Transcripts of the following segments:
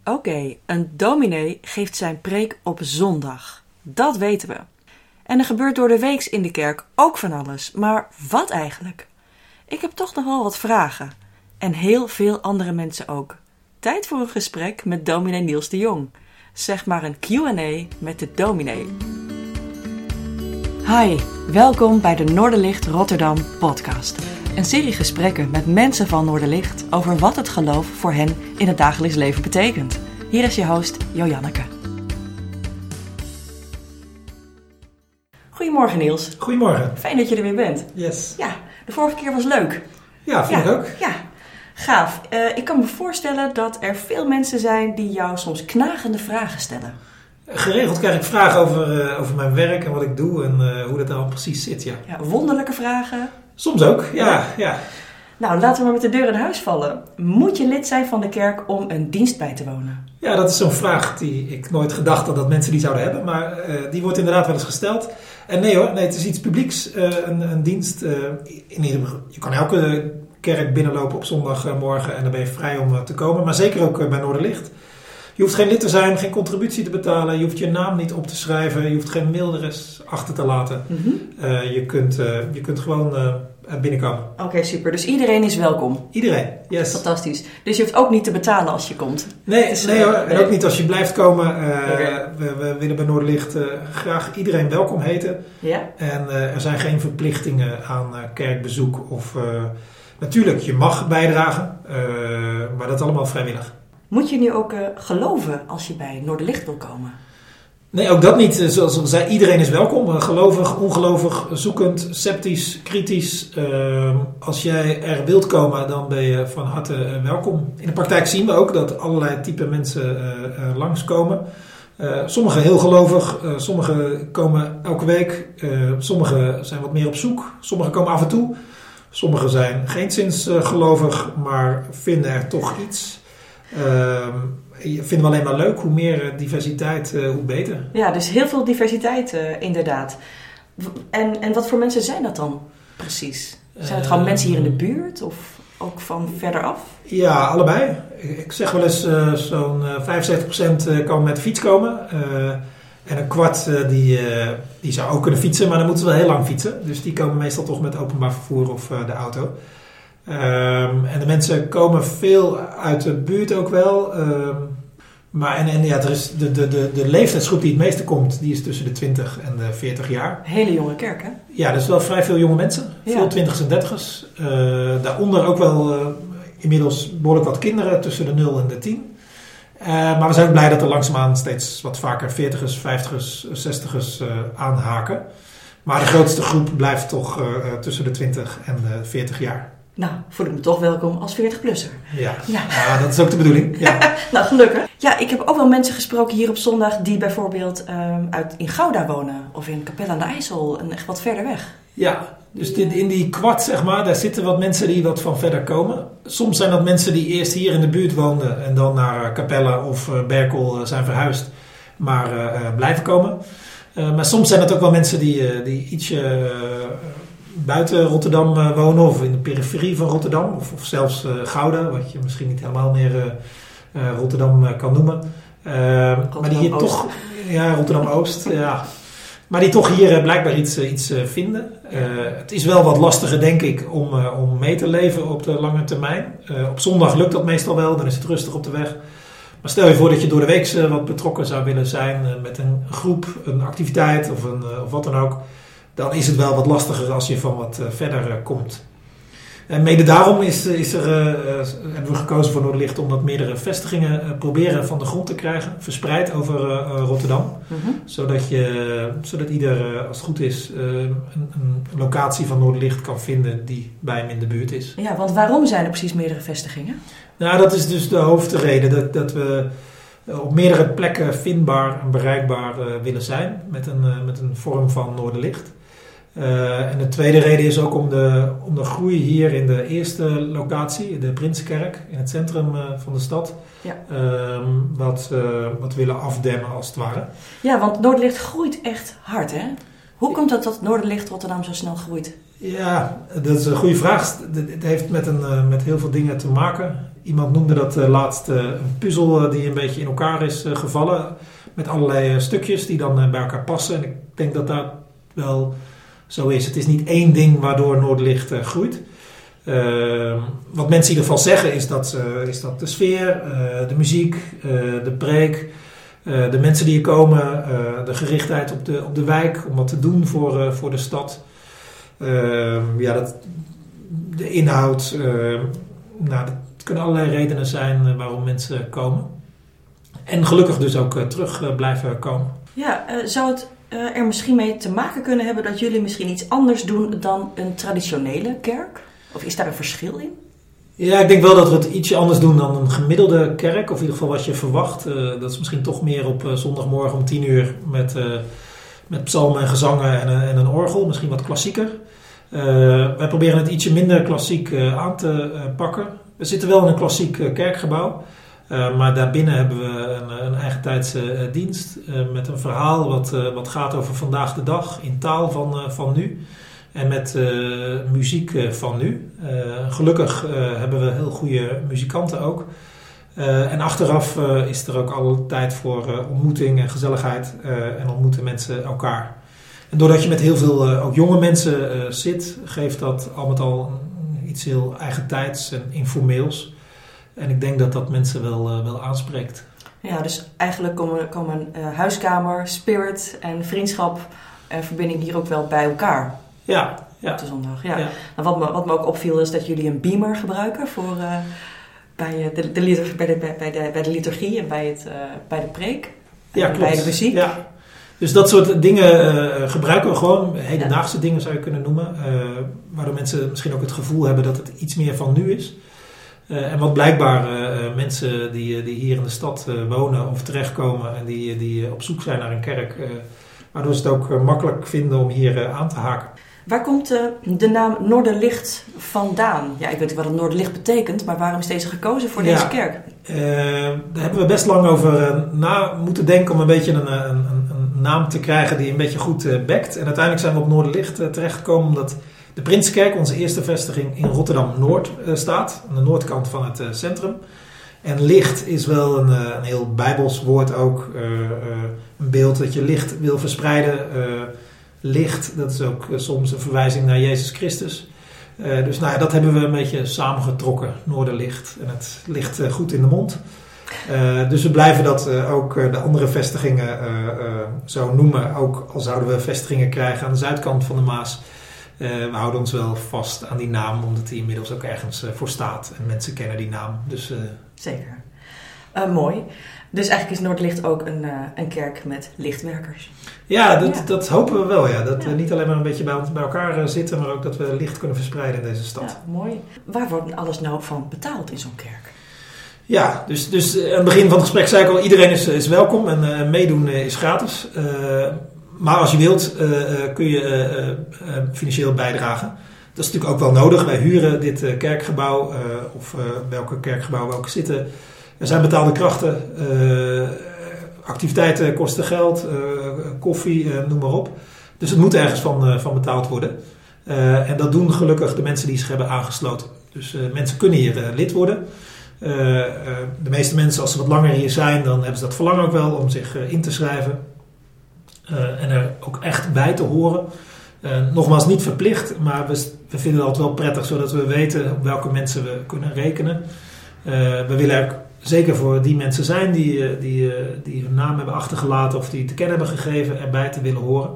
Oké, een dominee geeft zijn preek op zondag. Dat weten we. En er gebeurt door de weeks in de kerk ook van alles. Maar wat eigenlijk? Ik heb toch nog wel wat vragen. En heel veel andere mensen ook. Tijd voor een gesprek met dominee Niels de Jong. Zeg maar een Q&A met de dominee. Hi, welkom bij de Noorderlicht Rotterdam podcast. Een serie gesprekken met mensen van Noorderlicht over wat het geloof voor hen in het dagelijks leven betekent. Hier is je host Joanneke. Goedemorgen Niels. Goedemorgen. Fijn dat je er weer bent. Yes. Ja, de vorige keer was leuk. Ja, vind ik ook. Ja, gaaf. Ik kan me voorstellen dat er veel mensen zijn die jou soms knagende vragen stellen. Geregeld krijg ik vragen over mijn werk en wat ik doe en hoe dat nou precies zit, ja. Ja, wonderlijke vragen. Soms ook, ja. Nou, laten we maar met de deur in huis vallen. Moet je lid zijn van de kerk om een dienst bij te wonen? Ja, dat is zo'n vraag die ik nooit gedacht had dat mensen die zouden hebben, maar die wordt inderdaad wel eens gesteld. En nee hoor, het is iets publieks, een dienst. Je kan elke kerk binnenlopen op zondagmorgen en dan ben je vrij om te komen, maar zeker ook bij Noorderlicht. Je hoeft geen lid te zijn, geen contributie te betalen. Je hoeft je naam niet op te schrijven. Je hoeft geen mailadres achter te laten. Mm-hmm. Je kunt gewoon binnenkomen. Oké, super. Dus iedereen is welkom? Iedereen, yes. Fantastisch. Dus je hoeft ook niet te betalen als je komt? Nee hoor. En ook niet als je blijft komen. We willen bij Noorderlicht graag iedereen welkom heten. Ja? En er zijn geen verplichtingen aan kerkbezoek. Natuurlijk, je mag bijdragen. Maar dat is allemaal vrijwillig. Moet je nu ook geloven als je bij Noorderlicht wil komen? Nee, ook dat niet. Zoals ik zei, iedereen is welkom. Gelovig, ongelovig, zoekend, sceptisch, kritisch. Als jij er wilt komen, dan ben je van harte welkom. In de praktijk zien we ook dat allerlei type mensen langskomen. Sommigen heel gelovig, sommigen komen elke week. Sommigen zijn wat meer op zoek. Sommigen komen af en toe. Sommigen zijn geenszins gelovig, maar vinden er toch iets. Vinden we alleen maar leuk. Hoe meer diversiteit, hoe beter. Ja, dus heel veel diversiteit inderdaad. En wat voor mensen zijn dat dan precies? Zijn het gewoon mensen hier in de buurt of ook van verderaf? Ja, allebei. Ik zeg wel eens zo'n 75% kan met de fiets komen. En een kwart die zou ook kunnen fietsen, maar dan moeten ze wel heel lang fietsen. Dus die komen meestal toch met openbaar vervoer of de auto. En de mensen komen veel uit de buurt ook wel. Er is de leeftijdsgroep die het meeste komt, die is tussen de 20 en de 40 jaar. Hele jonge kerk, hè? Ja, dat is wel vrij veel jonge mensen. Veel 20's en 30's. Daaronder ook wel inmiddels behoorlijk wat kinderen tussen de 0 en de 10. Maar we zijn ook blij dat er langzaamaan steeds wat vaker 40'ers, 50'ers, 60'ers aanhaken. Maar de grootste groep blijft toch tussen de 20 en de 40 jaar. Nou, voel ik me toch welkom als 40-plusser. Ja, dat is ook de bedoeling. Ja. Nou, gelukkig. Ja, ik heb ook wel mensen gesproken hier op zondag die bijvoorbeeld in Gouda wonen. Of in Capelle aan de IJssel en echt wat verder weg. Ja, dus in die kwart, zeg maar, daar zitten wat mensen die wat van verder komen. Soms zijn dat mensen die eerst hier in de buurt woonden en dan naar Capelle of Berkel zijn verhuisd, maar blijven komen. Maar soms zijn het ook wel mensen die ietsje buiten Rotterdam wonen of in de periferie van Rotterdam. Of zelfs Gouda, wat je misschien niet helemaal meer Rotterdam kan noemen. Maar die hier toch... Ja, Rotterdam-Oost, ja. Maar die toch hier blijkbaar iets vinden. Het is wel wat lastiger, denk ik, om mee te leven op de lange termijn. Op zondag lukt dat meestal wel, dan is het rustig op de weg. Maar stel je voor dat je door de week wat betrokken zou willen zijn met een groep, een activiteit of wat dan ook. Dan is het wel wat lastiger als je van wat verder komt. En mede daarom hebben we gekozen voor Noorderlicht om dat meerdere vestigingen proberen van de grond te krijgen. Verspreid over Rotterdam. Mm-hmm. Zodat ieder, als het goed is, een locatie van Noorderlicht kan vinden die bij hem in de buurt is. Ja, want waarom zijn er precies meerdere vestigingen? Nou, dat is dus de hoofdreden. Dat we op meerdere plekken vindbaar en bereikbaar willen zijn. Met een vorm van Noorderlicht. En de tweede reden is ook om de groei hier in de eerste locatie, de Prinsenkerk, in het centrum van de stad, wat willen afdemmen als het ware. Ja, want Noorderlicht groeit echt hard, hè? Hoe komt het dat Noorderlicht Rotterdam zo snel groeit? Ja, dat is een goede vraag. Het heeft met heel veel dingen te maken. Iemand noemde dat laatst een puzzel die een beetje in elkaar is gevallen. Met allerlei stukjes die dan bij elkaar passen. En ik denk dat dat wel zo is. Het is niet één ding waardoor Noorderlicht groeit. Wat mensen in ieder geval zeggen is dat de sfeer, de muziek, de preek, de mensen die hier komen, de gerichtheid op de wijk om wat te doen voor de stad. De inhoud, dat kunnen allerlei redenen zijn waarom mensen komen. En gelukkig dus ook terug blijven komen. Ja, zou het er misschien mee te maken kunnen hebben dat jullie misschien iets anders doen dan een traditionele kerk? Of is daar een verschil in? Ja, ik denk wel dat we het ietsje anders doen dan een gemiddelde kerk. Of in ieder geval wat je verwacht. Dat is misschien toch meer op zondagmorgen om 10 uur met psalmen en gezangen en een orgel. Misschien wat klassieker. Wij proberen het ietsje minder klassiek aan te pakken. We zitten wel in een klassiek kerkgebouw. Maar daarbinnen hebben we een eigentijdse dienst. Met een verhaal wat gaat over vandaag de dag. In taal van nu. En met muziek van nu. Gelukkig hebben we heel goede muzikanten ook. En achteraf is er ook altijd voor ontmoeting en gezelligheid. En ontmoeten mensen elkaar. En doordat je met heel veel ook jonge mensen zit, geeft dat al met al iets heel eigentijds en informeels. En ik denk dat dat mensen wel aanspreekt. Ja, dus eigenlijk komen huiskamer, spirit en vriendschap en verbinding hier ook wel bij elkaar. Ja. Op de zondag. Ja. Nou, wat me ook opviel is dat jullie een beamer gebruiken voor bij de liturgie en bij de preek. Ja, en bij de muziek. Ja. Dus dat soort dingen gebruiken we gewoon. Hedendaagse dingen zou je kunnen noemen. Waardoor mensen misschien ook het gevoel hebben dat het iets meer van nu is. En wat blijkbaar mensen die hier in de stad wonen of terechtkomen en die op zoek zijn naar een kerk, waardoor ze het ook makkelijk vinden om hier aan te haken. Waar komt de naam Noorderlicht vandaan? Ja, ik weet niet wat het Noorderlicht betekent, maar waarom is deze gekozen voor deze kerk? Daar hebben we best lang over na moeten denken om een beetje een naam te krijgen die een beetje goed bekt. En uiteindelijk zijn we op Noorderlicht terechtgekomen omdat de Prinsenkerk, onze eerste vestiging in Rotterdam-Noord, staat. Aan de noordkant van het centrum. En licht is wel een heel bijbels woord ook. Een beeld dat je licht wil verspreiden. Licht, dat is ook soms een verwijzing naar Jezus Christus. Dus dat hebben we een beetje samengetrokken, Noorderlicht. En het ligt goed in de mond. Dus we blijven dat ook de andere vestigingen zo noemen. Ook al zouden we vestigingen krijgen aan de zuidkant van de Maas. We houden ons wel vast aan die naam, omdat die inmiddels ook ergens voor staat. En mensen kennen die naam. Dus, zeker. Mooi. Dus eigenlijk is Noorderlicht ook een kerk met lichtwerkers. Ja, dat hopen we wel. Ja. Dat we niet alleen maar een beetje bij elkaar zitten, maar ook dat we licht kunnen verspreiden in deze stad. Ja, mooi. Waar wordt alles nou van betaald in zo'n kerk? Ja, dus aan het begin van het gesprek zei ik al, iedereen is welkom en meedoen is gratis. Maar als je wilt, kun je financieel bijdragen. Dat is natuurlijk ook wel nodig. Wij huren dit kerkgebouw, of welke kerkgebouw we ook zitten. Er zijn betaalde krachten, activiteiten kosten geld, koffie, noem maar op. Dus het moet ergens van betaald worden. En dat doen gelukkig de mensen die zich hebben aangesloten. Dus mensen kunnen hier lid worden. De meeste mensen, als ze wat langer hier zijn, dan hebben ze dat verlangen ook wel om zich in te schrijven. En er ook echt bij te horen. Nogmaals, niet verplicht, maar we vinden het altijd wel prettig, zodat we weten op welke mensen we kunnen rekenen. We willen ook zeker voor die mensen zijn die hun naam hebben achtergelaten of die te kennen hebben gegeven, erbij te willen horen.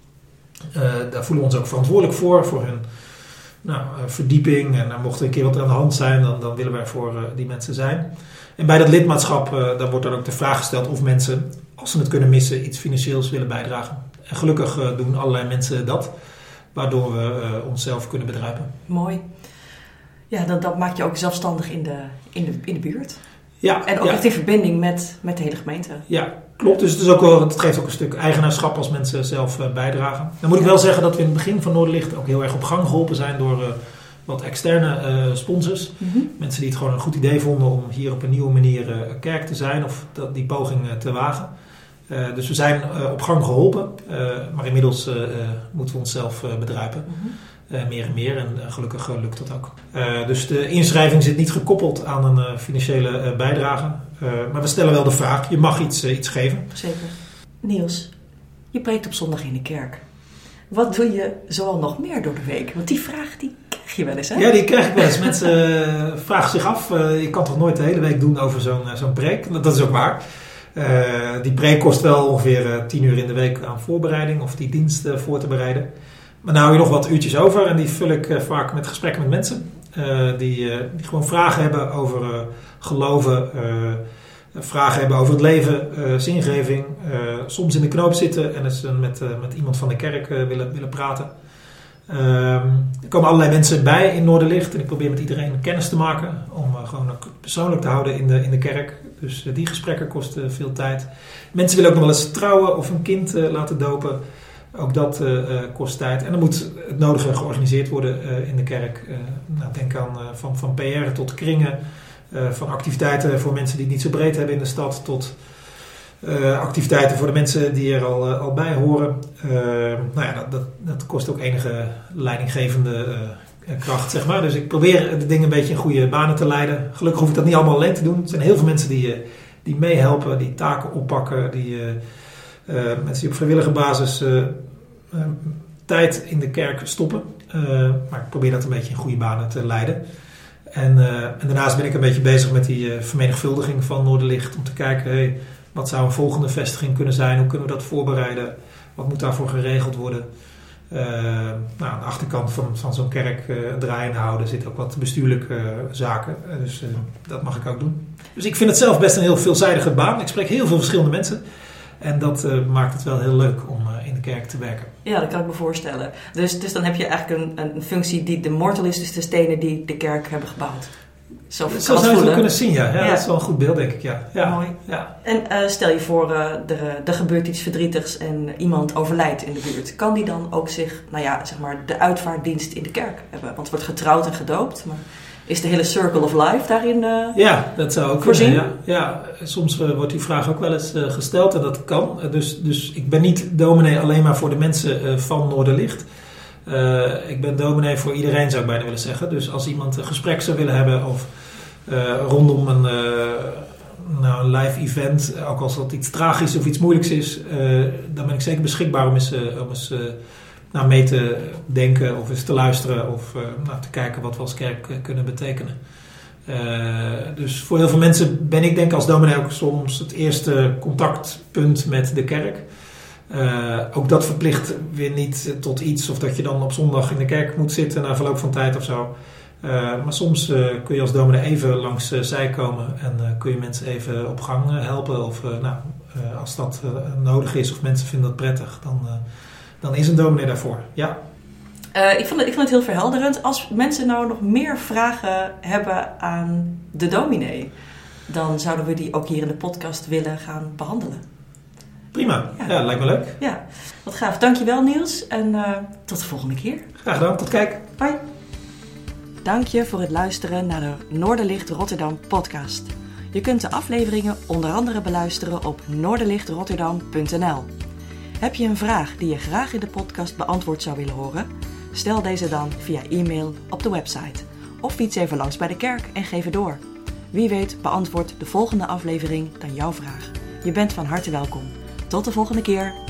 Daar voelen we ons ook verantwoordelijk voor hun verdieping. En mocht er een keer wat aan de hand zijn, dan willen wij voor die mensen zijn. En bij dat lidmaatschap, daar wordt dan ook de vraag gesteld of mensen, als ze het kunnen missen, iets financieels willen bijdragen. En gelukkig doen allerlei mensen dat, waardoor we onszelf kunnen bedruipen. Mooi. Ja, dat maakt je ook zelfstandig in de buurt. Ja, en ook echt in verbinding met de hele gemeente. Ja, klopt. Dus het geeft ook een stuk eigenaarschap als mensen zelf bijdragen. Dan moet ik wel zeggen dat we in het begin van Noorderlicht ook heel erg op gang geholpen zijn door wat externe sponsors. Mm-hmm. Mensen die het gewoon een goed idee vonden om hier op een nieuwe manier kerk te zijn of die poging te wagen. Dus we zijn op gang geholpen, maar inmiddels moeten we onszelf bedruipen. Mm-hmm. meer en meer. En gelukkig lukt dat ook. Dus de inschrijving zit niet gekoppeld aan een financiële bijdrage. Maar we stellen wel de vraag, je mag iets geven. Zeker. Niels, je preekt op zondag in de kerk. Wat doe je zoal nog meer door de week? Want die vraag die krijg je wel eens, hè? Ja, die krijg ik wel eens. Mensen vragen zich af, je kan toch nooit de hele week doen over zo'n preek? Dat is ook waar. Die preek kost wel ongeveer 10 uur in de week aan voorbereiding of die dienst voor te bereiden. Maar nou hou je nog wat uurtjes over en die vul ik vaak met gesprekken met mensen. Die gewoon vragen hebben over geloven, vragen hebben over het leven, zingeving. Soms in de knoop zitten en eens met iemand van de kerk willen praten. Er komen allerlei mensen bij in Noorderlicht en ik probeer met iedereen kennis te maken om gewoon persoonlijk te houden in de kerk. Dus die gesprekken kosten veel tijd. Mensen willen ook nog wel eens trouwen of een kind laten dopen. Ook dat kost tijd. En dan moet het nodige georganiseerd worden in de kerk. Denk aan van PR tot kringen. Van activiteiten voor mensen die het niet zo breed hebben in de stad. Tot activiteiten voor de mensen die er al bij horen. Dat kost ook enige leidinggevende kracht, zeg maar. Dus ik probeer de dingen een beetje in goede banen te leiden. Gelukkig hoef ik dat niet allemaal alleen te doen. Er zijn heel veel mensen die meehelpen, die taken oppakken. Mensen die op vrijwillige basis tijd in de kerk stoppen. Maar ik probeer dat een beetje in goede banen te leiden. En daarnaast ben ik een beetje bezig met die vermenigvuldiging van Noorderlicht. Om te kijken, wat zou een volgende vestiging kunnen zijn? Hoe kunnen we dat voorbereiden? Wat moet daarvoor geregeld worden? Aan de achterkant van zo'n kerk draaien houden zit ook wat bestuurlijke zaken. Dus dat mag ik ook doen. Dus ik vind het zelf best een heel veelzijdige baan. Ik spreek heel veel verschillende mensen. En dat maakt het wel heel leuk om in de kerk te werken. Ja, dat kan ik me voorstellen. Dus dan heb je eigenlijk een functie die de mortal is, dus de stenen die de kerk hebben gebouwd. Zo zou je het kunnen zien, ja. Dat is wel een goed beeld, denk ik. Ja. Mooi. Ja. En stel je voor, er gebeurt iets verdrietigs en iemand overlijdt in de buurt. Kan die dan ook zich, de uitvaartdienst in de kerk hebben? Want het wordt getrouwd en gedoopt, maar is de hele circle of life daarin Ja, dat zou ook voorzien? Kunnen, ja. Soms wordt die vraag ook wel eens gesteld en dat kan. Dus ik ben niet dominee alleen maar voor de mensen van Noorderlicht. Ik ben dominee voor iedereen, zou ik bijna willen zeggen. Dus als iemand een gesprek zou willen hebben of rondom een live event, ook als dat iets tragisch of iets moeilijks is, dan ben ik zeker beschikbaar om eens mee te denken of eens te luisteren of te kijken wat we als kerk kunnen betekenen. Dus voor heel veel mensen ben ik denk ik als dominee ook soms het eerste contactpunt met de kerk. Ook dat verplicht weer niet tot iets of dat je dan op zondag in de kerk moet zitten na verloop van tijd of zo. Maar soms kun je als dominee even langs zij komen en kun je mensen even op gang helpen. Of als dat nodig is of mensen vinden dat prettig, dan is een dominee daarvoor. Ja. Ik vond het heel verhelderend. Als mensen nou nog meer vragen hebben aan de dominee, dan zouden we die ook hier in de podcast willen gaan behandelen. Prima, ja lijkt me leuk. Ja, wat gaaf. Dankjewel Niels en tot de volgende keer. Graag gedaan, tot kijk. Bye. Dank je voor het luisteren naar de Noorderlicht Rotterdam podcast. Je kunt de afleveringen onder andere beluisteren op noorderlichtrotterdam.nl. Heb je een vraag die je graag in de podcast beantwoord zou willen horen? Stel deze dan via e-mail op de website. Of fiets even langs bij de kerk en geef het door. Wie weet beantwoordt de volgende aflevering dan jouw vraag. Je bent van harte welkom. Tot de volgende keer.